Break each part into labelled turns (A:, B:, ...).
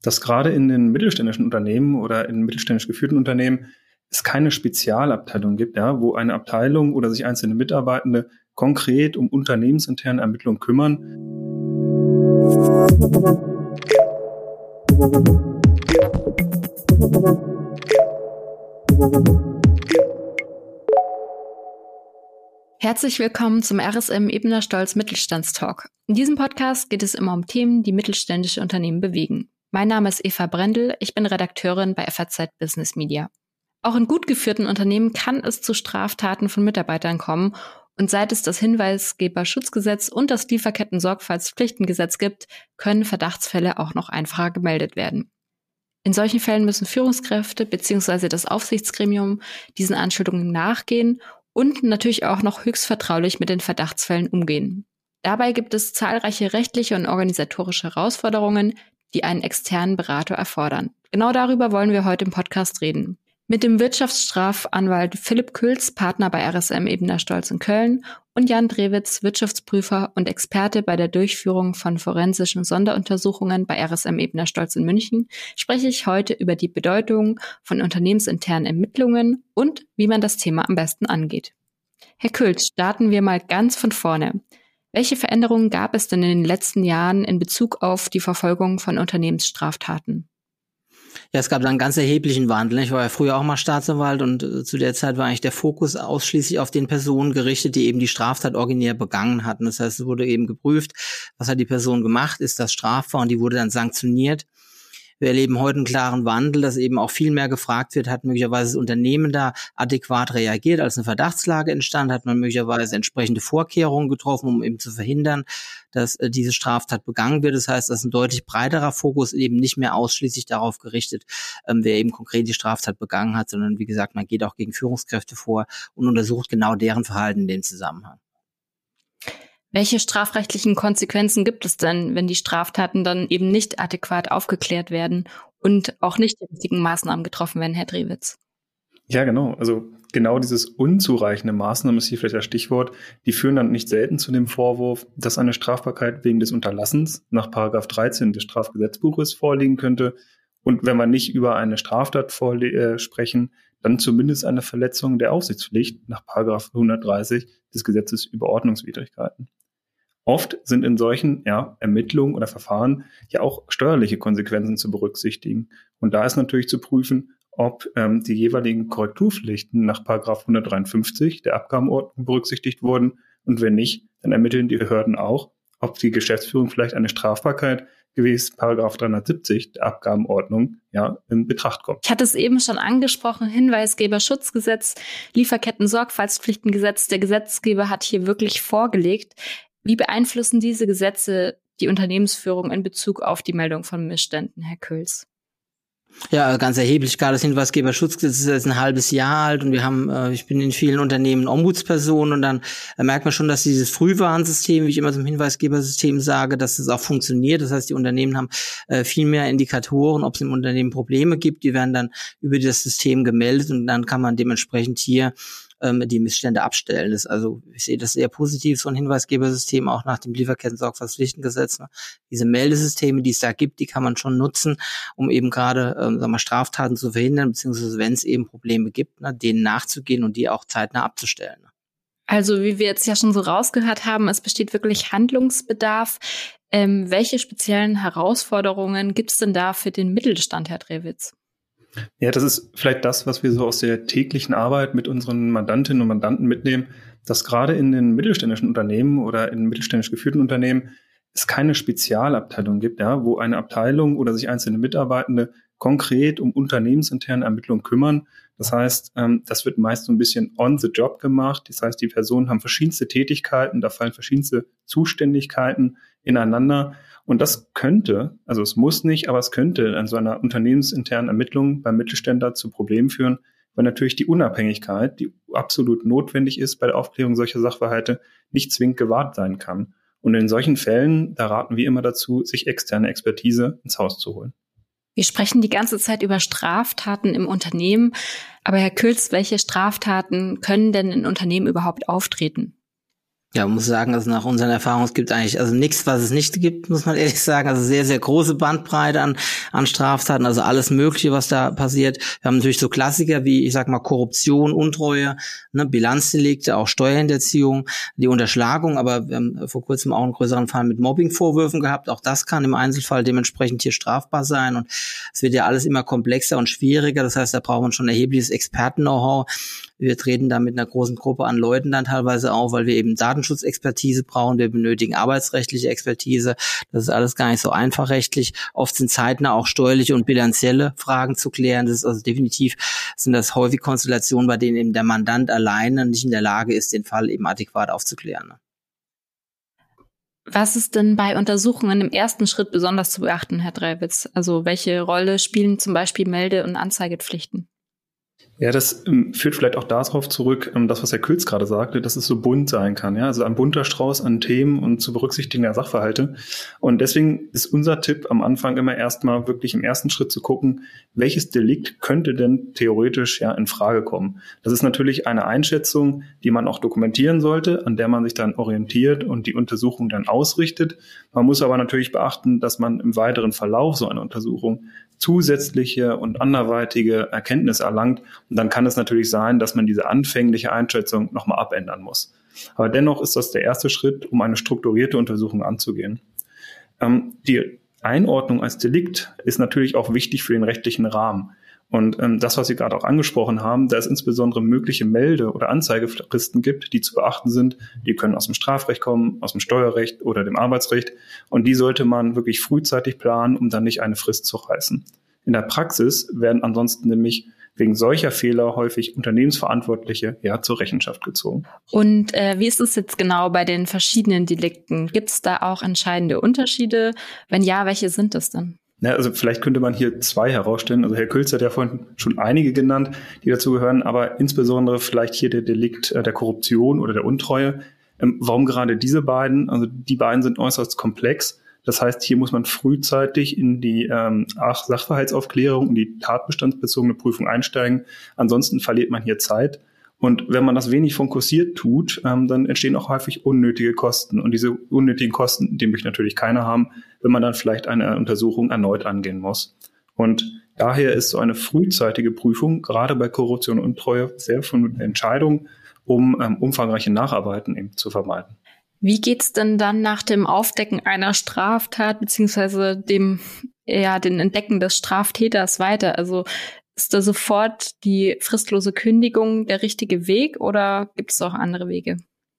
A: dass gerade in den mittelständischen Unternehmen oder in mittelständisch geführten Unternehmen es keine Spezialabteilung gibt, ja, wo eine Abteilung oder sich einzelne Mitarbeitende konkret um unternehmensinterne Ermittlungen kümmern.
B: Herzlich willkommen zum RSM Ebener Stolz Mittelstandstalk. In diesem Podcast geht es immer um Themen, die mittelständische Unternehmen bewegen. Mein Name ist Eva Brendel, ich bin Redakteurin bei FAZ Business Media. Auch in gut geführten Unternehmen kann es zu Straftaten von Mitarbeitern kommen und seit es das Hinweisgeberschutzgesetz und das Lieferketten-Sorgfaltspflichtengesetz gibt, können Verdachtsfälle auch noch einfacher gemeldet werden. In solchen Fällen müssen Führungskräfte bzw. das Aufsichtsgremium diesen Anschuldigungen nachgehen und natürlich auch noch höchst vertraulich mit den Verdachtsfällen umgehen. Dabei gibt es zahlreiche rechtliche und organisatorische Herausforderungen, die einen externen Berater erfordern. Genau darüber wollen wir heute im Podcast reden. Mit dem Wirtschaftsstrafanwalt Philipp Külz, Partner bei RSM Ebener Stolz in Köln, und Jan Drewitz, Wirtschaftsprüfer und Experte bei der Durchführung von forensischen Sonderuntersuchungen bei RSM Ebener Stolz in München, spreche ich heute über die Bedeutung von unternehmensinternen Ermittlungen und wie man das Thema am besten angeht. Herr Külz, starten wir mal ganz von vorne. Welche Veränderungen gab es denn in den letzten Jahren in Bezug auf die Verfolgung von Unternehmensstraftaten?
C: Ja, es gab da einen ganz erheblichen Wandel. Ich war ja früher auch mal Staatsanwalt und zu der Zeit war eigentlich der Fokus ausschließlich auf den Personen gerichtet, die eben die Straftat originär begangen hatten. Das heißt, es wurde eben geprüft, was hat die Person gemacht, ist das strafbar, und die wurde dann sanktioniert. Wir erleben heute einen klaren Wandel, dass eben auch viel mehr gefragt wird, hat möglicherweise das Unternehmen da adäquat reagiert, als eine Verdachtslage entstand, hat man möglicherweise entsprechende Vorkehrungen getroffen, um eben zu verhindern, dass diese Straftat begangen wird. Das heißt, das ist ein deutlich breiterer Fokus, eben nicht mehr ausschließlich darauf gerichtet, wer eben konkret die Straftat begangen hat, sondern wie gesagt, man geht auch gegen Führungskräfte vor und untersucht genau deren Verhalten in dem Zusammenhang.
B: Welche strafrechtlichen Konsequenzen gibt es denn, wenn die Straftaten dann eben nicht adäquat aufgeklärt werden und auch nicht die richtigen Maßnahmen getroffen werden, Herr Drewitz?
A: Ja, genau. Also genau dieses unzureichende Maßnahmen ist hier vielleicht das Stichwort. Die führen dann nicht selten zu dem Vorwurf, dass eine Strafbarkeit wegen des Unterlassens nach § 13 des Strafgesetzbuches vorliegen könnte. Und wenn wir nicht über eine Straftat sprechen, dann zumindest eine Verletzung der Aufsichtspflicht nach § 130 des Gesetzes über Ordnungswidrigkeiten. Oft sind in solchen Ermittlungen oder Verfahren ja auch steuerliche Konsequenzen zu berücksichtigen. Und da ist natürlich zu prüfen, ob die jeweiligen Korrekturpflichten nach § 153 der Abgabenordnung berücksichtigt wurden. Und wenn nicht, dann ermitteln die Behörden auch, ob die Geschäftsführung vielleicht eine Strafbarkeit gemäß § 370 der Abgabenordnung in Betracht kommt.
B: Ich hatte es eben schon angesprochen, Hinweisgeberschutzgesetz, Lieferketten-Sorgfaltspflichtengesetz. Der Gesetzgeber hat hier wirklich vorgelegt. Wie beeinflussen diese Gesetze die Unternehmensführung in Bezug auf die Meldung von Missständen, Herr Külz?
C: Ja, ganz erheblich. Gerade das Hinweisgeberschutzgesetz ist jetzt ein halbes Jahr alt und wir haben, ich bin in vielen Unternehmen Ombudsperson, und dann merkt man schon, dass dieses Frühwarnsystem, wie ich immer zum Hinweisgebersystem sage, dass das auch funktioniert. Das heißt, die Unternehmen haben viel mehr Indikatoren, ob es im Unternehmen Probleme gibt. Die werden dann über das System gemeldet und dann kann man dementsprechend hier die Missstände abstellen. Ich sehe das sehr positiv, so ein Hinweisgebersystem, auch nach dem Lieferketten-Sorgfaltspflichtengesetz. Diese Meldesysteme, die es da gibt, die kann man schon nutzen, um eben gerade Straftaten zu verhindern, beziehungsweise wenn es eben Probleme gibt, denen nachzugehen und die auch zeitnah abzustellen.
B: Also wie wir jetzt ja schon so rausgehört haben, es besteht wirklich Handlungsbedarf. Welche speziellen Herausforderungen gibt es denn da für den Mittelstand, Herr Drewitz?
A: Ja, das ist vielleicht das, was wir so aus der täglichen Arbeit mit unseren Mandantinnen und Mandanten mitnehmen, dass gerade in den mittelständischen Unternehmen oder in mittelständisch geführten Unternehmen es keine Spezialabteilung gibt, wo eine Abteilung oder sich einzelne Mitarbeitende konkret um unternehmensinterne Ermittlungen kümmern. Das heißt, das wird meist so ein bisschen on the job gemacht. Das heißt, die Personen haben verschiedenste Tätigkeiten, da fallen verschiedenste Zuständigkeiten ineinander. Und das könnte, also es muss nicht, aber es könnte an so einer unternehmensinternen Ermittlung beim Mittelständler zu Problemen führen, weil natürlich die Unabhängigkeit, die absolut notwendig ist bei der Aufklärung solcher Sachverhalte, nicht zwingend gewahrt sein kann. Und in solchen Fällen, da raten wir immer dazu, sich externe Expertise ins Haus zu holen.
B: Wir sprechen die ganze Zeit über Straftaten im Unternehmen. Aber Herr Külz, welche Straftaten können denn in Unternehmen überhaupt auftreten?
C: Ja, man muss sagen, also nach unseren Erfahrungen, es gibt eigentlich also nichts, was es nicht gibt, muss man ehrlich sagen. Also sehr, sehr große Bandbreite an Straftaten, also alles Mögliche, was da passiert. Wir haben natürlich so Klassiker wie, ich sag mal, Korruption, Untreue, Bilanzdelikte, auch Steuerhinterziehung, die Unterschlagung, aber wir haben vor kurzem auch einen größeren Fall mit Mobbingvorwürfen gehabt. Auch das kann im Einzelfall dementsprechend hier strafbar sein, und es wird ja alles immer komplexer und schwieriger. Das heißt, da braucht man schon erhebliches Experten-Know-how. Wir treten da mit einer großen Gruppe an Leuten dann teilweise auf, weil wir eben Datenschutzexpertise brauchen. Wir benötigen arbeitsrechtliche Expertise. Das ist alles gar nicht so einfach rechtlich. Oft sind zeitnah auch steuerliche und bilanzielle Fragen zu klären. Das ist also definitiv, sind das häufig Konstellationen, bei denen eben der Mandant alleine nicht in der Lage ist, den Fall eben adäquat aufzuklären.
B: Was ist denn bei Untersuchungen im ersten Schritt besonders zu beachten, Herr Dreiwitz? Also welche Rolle spielen zum Beispiel Melde- und Anzeigepflichten?
A: Ja, das führt vielleicht auch darauf zurück, das, was Herr Külz gerade sagte, dass es so bunt sein kann. Ja? Also ein bunter Strauß an Themen und zu berücksichtigender Sachverhalte. Und deswegen ist unser Tipp am Anfang immer erstmal wirklich im ersten Schritt zu gucken, welches Delikt könnte denn theoretisch ja in Frage kommen. Das ist natürlich eine Einschätzung, die man auch dokumentieren sollte, an der man sich dann orientiert und die Untersuchung dann ausrichtet. Man muss aber natürlich beachten, dass man im weiteren Verlauf so einer Untersuchung zusätzliche und anderweitige Erkenntnisse erlangt. Und dann kann es natürlich sein, dass man diese anfängliche Einschätzung nochmal abändern muss. Aber dennoch ist das der erste Schritt, um eine strukturierte Untersuchung anzugehen. Die Einordnung als Delikt ist natürlich auch wichtig für den rechtlichen Rahmen. Und das, was Sie gerade auch angesprochen haben, da es insbesondere mögliche Melde- oder Anzeigefristen gibt, die zu beachten sind. Die können aus dem Strafrecht kommen, aus dem Steuerrecht oder dem Arbeitsrecht. Und die sollte man wirklich frühzeitig planen, um dann nicht eine Frist zu reißen. In der Praxis werden ansonsten nämlich wegen solcher Fehler häufig Unternehmensverantwortliche zur Rechenschaft gezogen.
B: Und wie ist es jetzt genau bei den verschiedenen Delikten? Gibt es da auch entscheidende Unterschiede? Wenn ja, welche sind das denn?
A: Ja, also vielleicht könnte man hier zwei herausstellen. Also Herr Külz hat ja vorhin schon einige genannt, die dazu gehören, aber insbesondere vielleicht hier der Delikt der Korruption oder der Untreue. Warum gerade diese beiden? Also die beiden sind äußerst komplex. Das heißt, hier muss man frühzeitig in die Sachverhaltsaufklärung, in die tatbestandsbezogene Prüfung einsteigen. Ansonsten verliert man hier Zeit. Und wenn man das wenig fokussiert tut, dann entstehen auch häufig unnötige Kosten. Und diese unnötigen Kosten, die möchte natürlich keiner haben, wenn man dann vielleicht eine Untersuchung erneut angehen muss. Und daher ist so eine frühzeitige Prüfung, gerade bei Korruption und Untreue, sehr von der Entscheidung, um umfangreiche Nacharbeiten eben zu vermeiden.
B: Wie geht's denn dann nach dem Aufdecken einer Straftat beziehungsweise dem den Entdecken des Straftäters weiter? Also ist da sofort die fristlose Kündigung der richtige Weg oder gibt es auch andere Wege?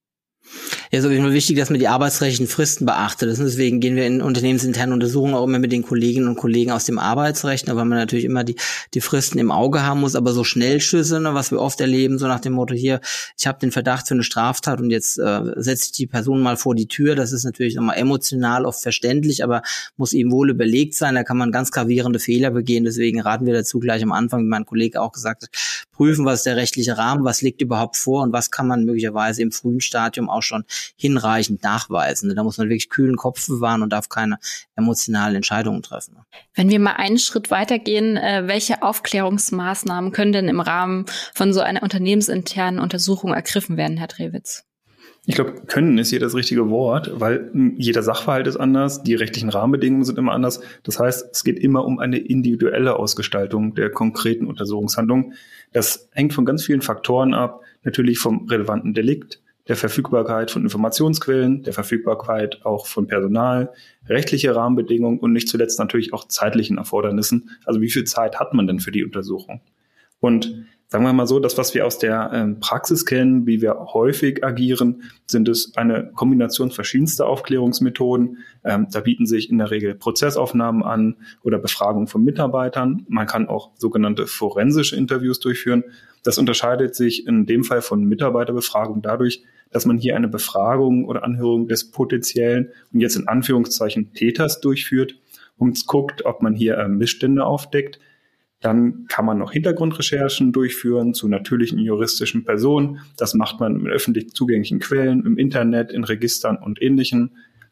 C: Ja, es ist auf jeden Fall wichtig, dass man die arbeitsrechtlichen Fristen beachtet. Deswegen gehen wir in unternehmensinternen Untersuchungen auch immer mit den Kolleginnen und Kollegen aus dem Arbeitsrecht, weil man natürlich immer die Fristen im Auge haben muss. Aber so Schnellschüsse, was wir oft erleben, so nach dem Motto hier, ich habe den Verdacht für eine Straftat und jetzt setze ich die Person mal vor die Tür. Das ist natürlich nochmal emotional oft verständlich, aber muss eben wohl überlegt sein. Da kann man ganz gravierende Fehler begehen. Deswegen raten wir dazu gleich am Anfang, wie mein Kollege auch gesagt hat, prüfen, was ist der rechtliche Rahmen, was liegt überhaupt vor und was kann man möglicherweise im frühen Stadium auch schon hinreichend nachweisen. Da muss man wirklich kühlen Kopf bewahren und darf keine emotionalen Entscheidungen treffen.
B: Wenn wir mal einen Schritt weitergehen, welche Aufklärungsmaßnahmen können denn im Rahmen von so einer unternehmensinternen Untersuchung ergriffen werden, Herr Drewitz?
A: Ich glaube, können ist hier das richtige Wort, weil jeder Sachverhalt ist anders, die rechtlichen Rahmenbedingungen sind immer anders. Das heißt, es geht immer um eine individuelle Ausgestaltung der konkreten Untersuchungshandlung. Das hängt von ganz vielen Faktoren ab, natürlich vom relevanten Delikt, der Verfügbarkeit von Informationsquellen, der Verfügbarkeit auch von Personal, rechtliche Rahmenbedingungen und nicht zuletzt natürlich auch zeitlichen Erfordernissen. Also wie viel Zeit hat man denn für die Untersuchung? Und sagen wir mal so, das, was wir aus der Praxis kennen, wie wir häufig agieren, sind es eine Kombination verschiedenster Aufklärungsmethoden. Da bieten sich in der Regel Prozessaufnahmen an oder Befragungen von Mitarbeitern. Man kann auch sogenannte forensische Interviews durchführen. Das unterscheidet sich in dem Fall von Mitarbeiterbefragung dadurch, dass man hier eine Befragung oder Anhörung des potenziellen und jetzt in Anführungszeichen Täters durchführt und guckt, ob man hier Missstände aufdeckt. Dann kann man noch Hintergrundrecherchen durchführen zu natürlichen juristischen Personen. Das macht man in öffentlich zugänglichen Quellen, im Internet, in Registern und Ähnlichem.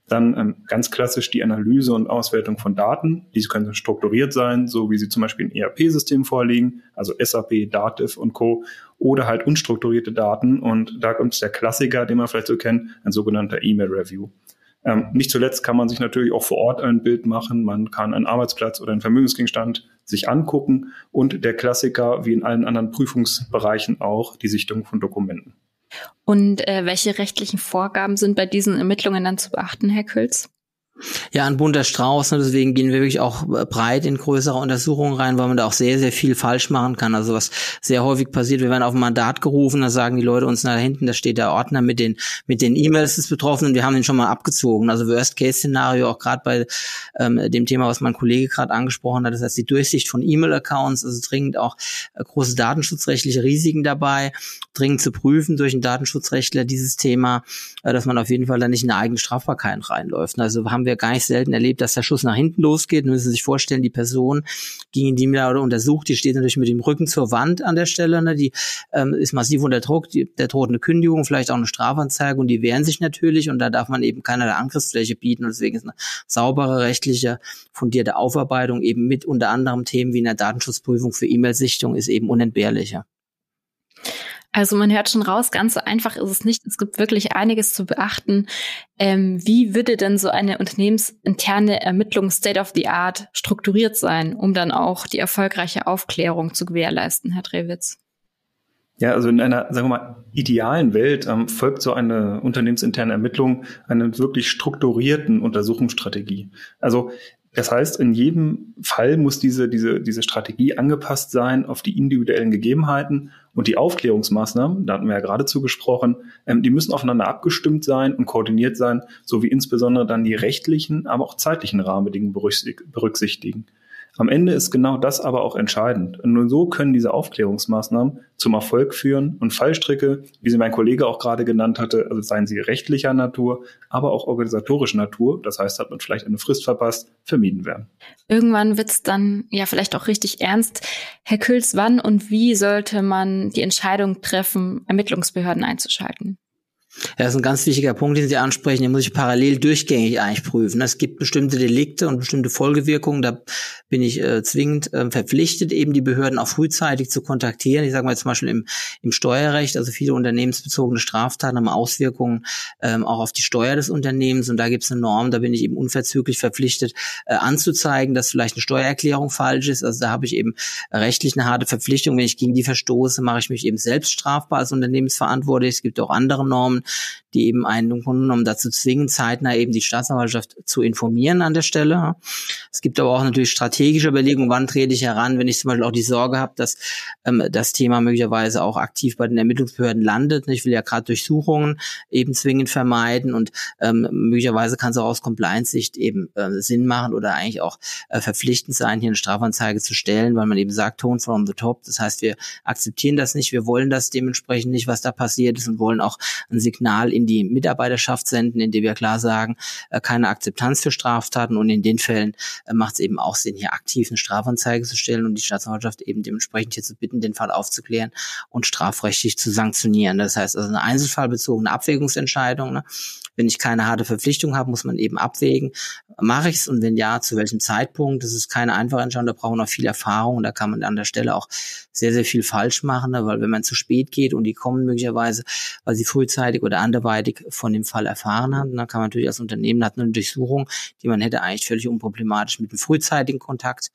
A: Dann ganz klassisch die Analyse und Auswertung von Daten. Diese können strukturiert sein, so wie sie zum Beispiel in ERP-Systemen vorliegen, also SAP, Dativ und Co. Oder halt unstrukturierte Daten. Und da kommt der Klassiker, den man vielleicht so kennt, ein sogenannter E-Mail-Review. Nicht zuletzt kann man sich natürlich auch vor Ort ein Bild machen. Man kann einen Arbeitsplatz oder einen Vermögensgegenstand sich angucken. Und der Klassiker, wie in allen anderen Prüfungsbereichen auch, die Sichtung von Dokumenten.
B: Und welche rechtlichen Vorgaben sind bei diesen Ermittlungen dann zu beachten, Herr Külz?
C: Ja, ein bunter Strauß, ne? Deswegen gehen wir wirklich auch breit in größere Untersuchungen rein, weil man da auch sehr, sehr viel falsch machen kann. Also was sehr häufig passiert, wir werden auf ein Mandat gerufen, da sagen die Leute uns, da hinten, da steht der Ordner mit den E-Mails des Betroffenen, wir haben den schon mal abgezogen. Also Worst-Case-Szenario, auch gerade bei dem Thema, was mein Kollege gerade angesprochen hat, das heißt die Durchsicht von E-Mail-Accounts, also dringend auch große datenschutzrechtliche Risiken dabei, dringend zu prüfen durch einen Datenschutzrechtler dieses Thema, dass man auf jeden Fall da nicht in eine eigene Strafbarkeit reinläuft. Also haben wir gar nicht selten erlebt, dass der Schuss nach hinten losgeht. Man müssen Sie sich vorstellen, die Person, gegen die man da untersucht, die steht natürlich mit dem Rücken zur Wand an der Stelle, ne? Die ist massiv unter Druck, der droht eine Kündigung, vielleicht auch eine Strafanzeige und die wehren sich natürlich und da darf man eben keinerlei Angriffsfläche bieten und deswegen ist eine saubere, rechtliche, fundierte Aufarbeitung eben mit unter anderem Themen wie in der Datenschutzprüfung für E-Mail-Sichtung ist eben unentbehrlicher.
B: Also man hört schon raus, ganz so einfach ist es nicht. Es gibt wirklich einiges zu beachten. Wie würde denn so eine unternehmensinterne Ermittlung State of the Art strukturiert sein, um dann auch die erfolgreiche Aufklärung zu gewährleisten, Herr Drewitz?
A: Ja, also in einer, sagen wir mal, idealen Welt folgt so eine unternehmensinterne Ermittlung einer wirklich strukturierten Untersuchungsstrategie. Also das heißt, in jedem Fall muss diese Strategie angepasst sein auf die individuellen Gegebenheiten und die Aufklärungsmaßnahmen, da hatten wir ja gerade zugesprochen, die müssen aufeinander abgestimmt sein und koordiniert sein, sowie insbesondere dann die rechtlichen, aber auch zeitlichen Rahmenbedingungen berücksichtigen. Am Ende ist genau das aber auch entscheidend. Und nur so können diese Aufklärungsmaßnahmen zum Erfolg führen und Fallstricke, wie sie mein Kollege auch gerade genannt hatte, also seien sie rechtlicher Natur, aber auch organisatorischer Natur, das heißt, hat man vielleicht eine Frist verpasst, vermieden werden.
B: Irgendwann wird's dann ja vielleicht auch richtig ernst. Herr Külz, wann und wie sollte man die Entscheidung treffen, Ermittlungsbehörden einzuschalten?
C: Ja, das ist ein ganz wichtiger Punkt, den Sie ansprechen. Den muss ich parallel durchgängig eigentlich prüfen. Es gibt bestimmte Delikte und bestimmte Folgewirkungen. Da bin ich zwingend verpflichtet, eben die Behörden auch frühzeitig zu kontaktieren. Ich sage mal zum Beispiel im Steuerrecht, also viele unternehmensbezogene Straftaten haben Auswirkungen auch auf die Steuer des Unternehmens. Und da gibt es eine Norm, da bin ich eben unverzüglich verpflichtet, anzuzeigen, dass vielleicht eine Steuererklärung falsch ist. Also da habe ich eben rechtlich eine harte Verpflichtung. Wenn ich gegen die verstoße, mache ich mich eben selbst strafbar als unternehmensverantwortlich. Es gibt auch andere Normen, die eben einen im Grunde genommen dazu zwingen, zeitnah eben die Staatsanwaltschaft zu informieren an der Stelle. Es gibt aber auch natürlich strategische Überlegungen, wann trete ich heran, wenn ich zum Beispiel auch die Sorge habe, dass das Thema möglicherweise auch aktiv bei den Ermittlungsbehörden landet. Ich will ja gerade Durchsuchungen eben zwingend vermeiden und möglicherweise kann es auch aus Compliance-Sicht eben Sinn machen oder eigentlich auch verpflichtend sein, hier eine Strafanzeige zu stellen, weil man eben sagt, Tone from the top. Das heißt, wir akzeptieren das nicht, wir wollen das dementsprechend nicht, was da passiert ist und wollen auch ein Signal in die Mitarbeiterschaft senden, in dem wir klar sagen, keine Akzeptanz für Straftaten und in den Fällen macht es eben auch Sinn, hier aktiv eine Strafanzeige zu stellen und die Staatsanwaltschaft eben dementsprechend hier zu bitten, den Fall aufzuklären und strafrechtlich zu sanktionieren. Das heißt also eine einzelfallbezogene Abwägungsentscheidung. Ne? Wenn ich keine harte Verpflichtung habe, muss man eben abwägen, mache ich es und wenn ja, zu welchem Zeitpunkt. Das ist keine einfache Entscheidung, da braucht man noch viel Erfahrung und da kann man an der Stelle auch sehr, sehr viel falsch machen, ne? Weil wenn man zu spät geht und die kommen möglicherweise, weil sie frühzeitig oder anderweitig von dem Fall erfahren haben, dann kann man natürlich als Unternehmen, hat eine Durchsuchung, die man hätte eigentlich völlig unproblematisch mit einem frühzeitigen Kontakt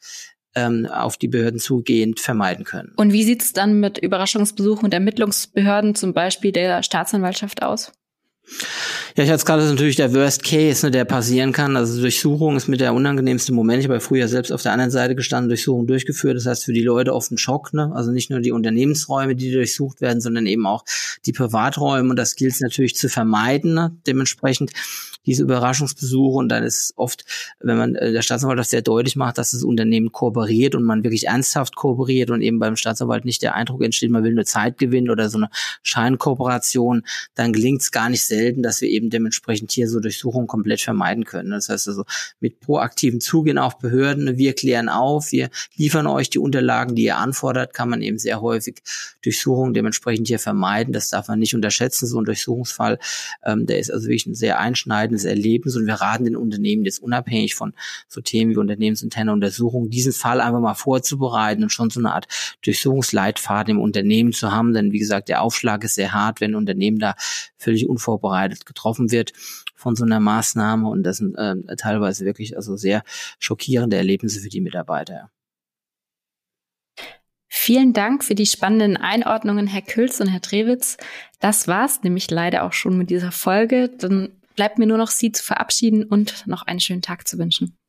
C: auf die Behörden zugehend vermeiden können.
B: Und wie sieht es dann mit Überraschungsbesuchen und Ermittlungsbehörden, zum Beispiel der Staatsanwaltschaft, aus?
C: Ja, ich hatte gerade natürlich der Worst Case, ne, der passieren kann. Also Durchsuchung ist mit der unangenehmste Moment. Ich habe ja früher selbst auf der anderen Seite gestanden, Durchsuchung durchgeführt. Das heißt für die Leute oft ein Schock, ne? Also nicht nur die Unternehmensräume, die durchsucht werden, sondern eben auch die Privaträume. Und das gilt es natürlich zu vermeiden, ne? Dementsprechend diese Überraschungsbesuche. Und dann ist oft, wenn man der Staatsanwalt das sehr deutlich macht, dass das Unternehmen kooperiert und man wirklich ernsthaft kooperiert und eben beim Staatsanwalt nicht der Eindruck entsteht, man will nur Zeit gewinnen oder so eine Scheinkooperation, dann gelingt es gar nicht selten, dass wir eben dementsprechend hier so Durchsuchungen komplett vermeiden können. Das heißt also mit proaktivem Zugehen auf Behörden, wir klären auf, wir liefern euch die Unterlagen, die ihr anfordert, kann man eben sehr häufig Durchsuchungen dementsprechend hier vermeiden. Das darf man nicht unterschätzen, so ein Durchsuchungsfall, der ist also wirklich ein sehr einschneidendes Erlebnis und wir raten den Unternehmen jetzt unabhängig von so Themen wie unternehmensinterne Untersuchungen, diesen Fall einfach mal vorzubereiten und schon so eine Art Durchsuchungsleitfaden im Unternehmen zu haben, denn wie gesagt, der Aufschlag ist sehr hart, wenn ein Unternehmen da völlig unvorbereitet getroffen wird von so einer Maßnahme und das sind teilweise wirklich also sehr schockierende Erlebnisse für die Mitarbeiter.
B: Vielen Dank für die spannenden Einordnungen, Herr Külz und Herr Drewitz. Das war's nämlich leider auch schon mit dieser Folge. Dann bleibt mir nur noch Sie zu verabschieden und noch einen schönen Tag zu wünschen.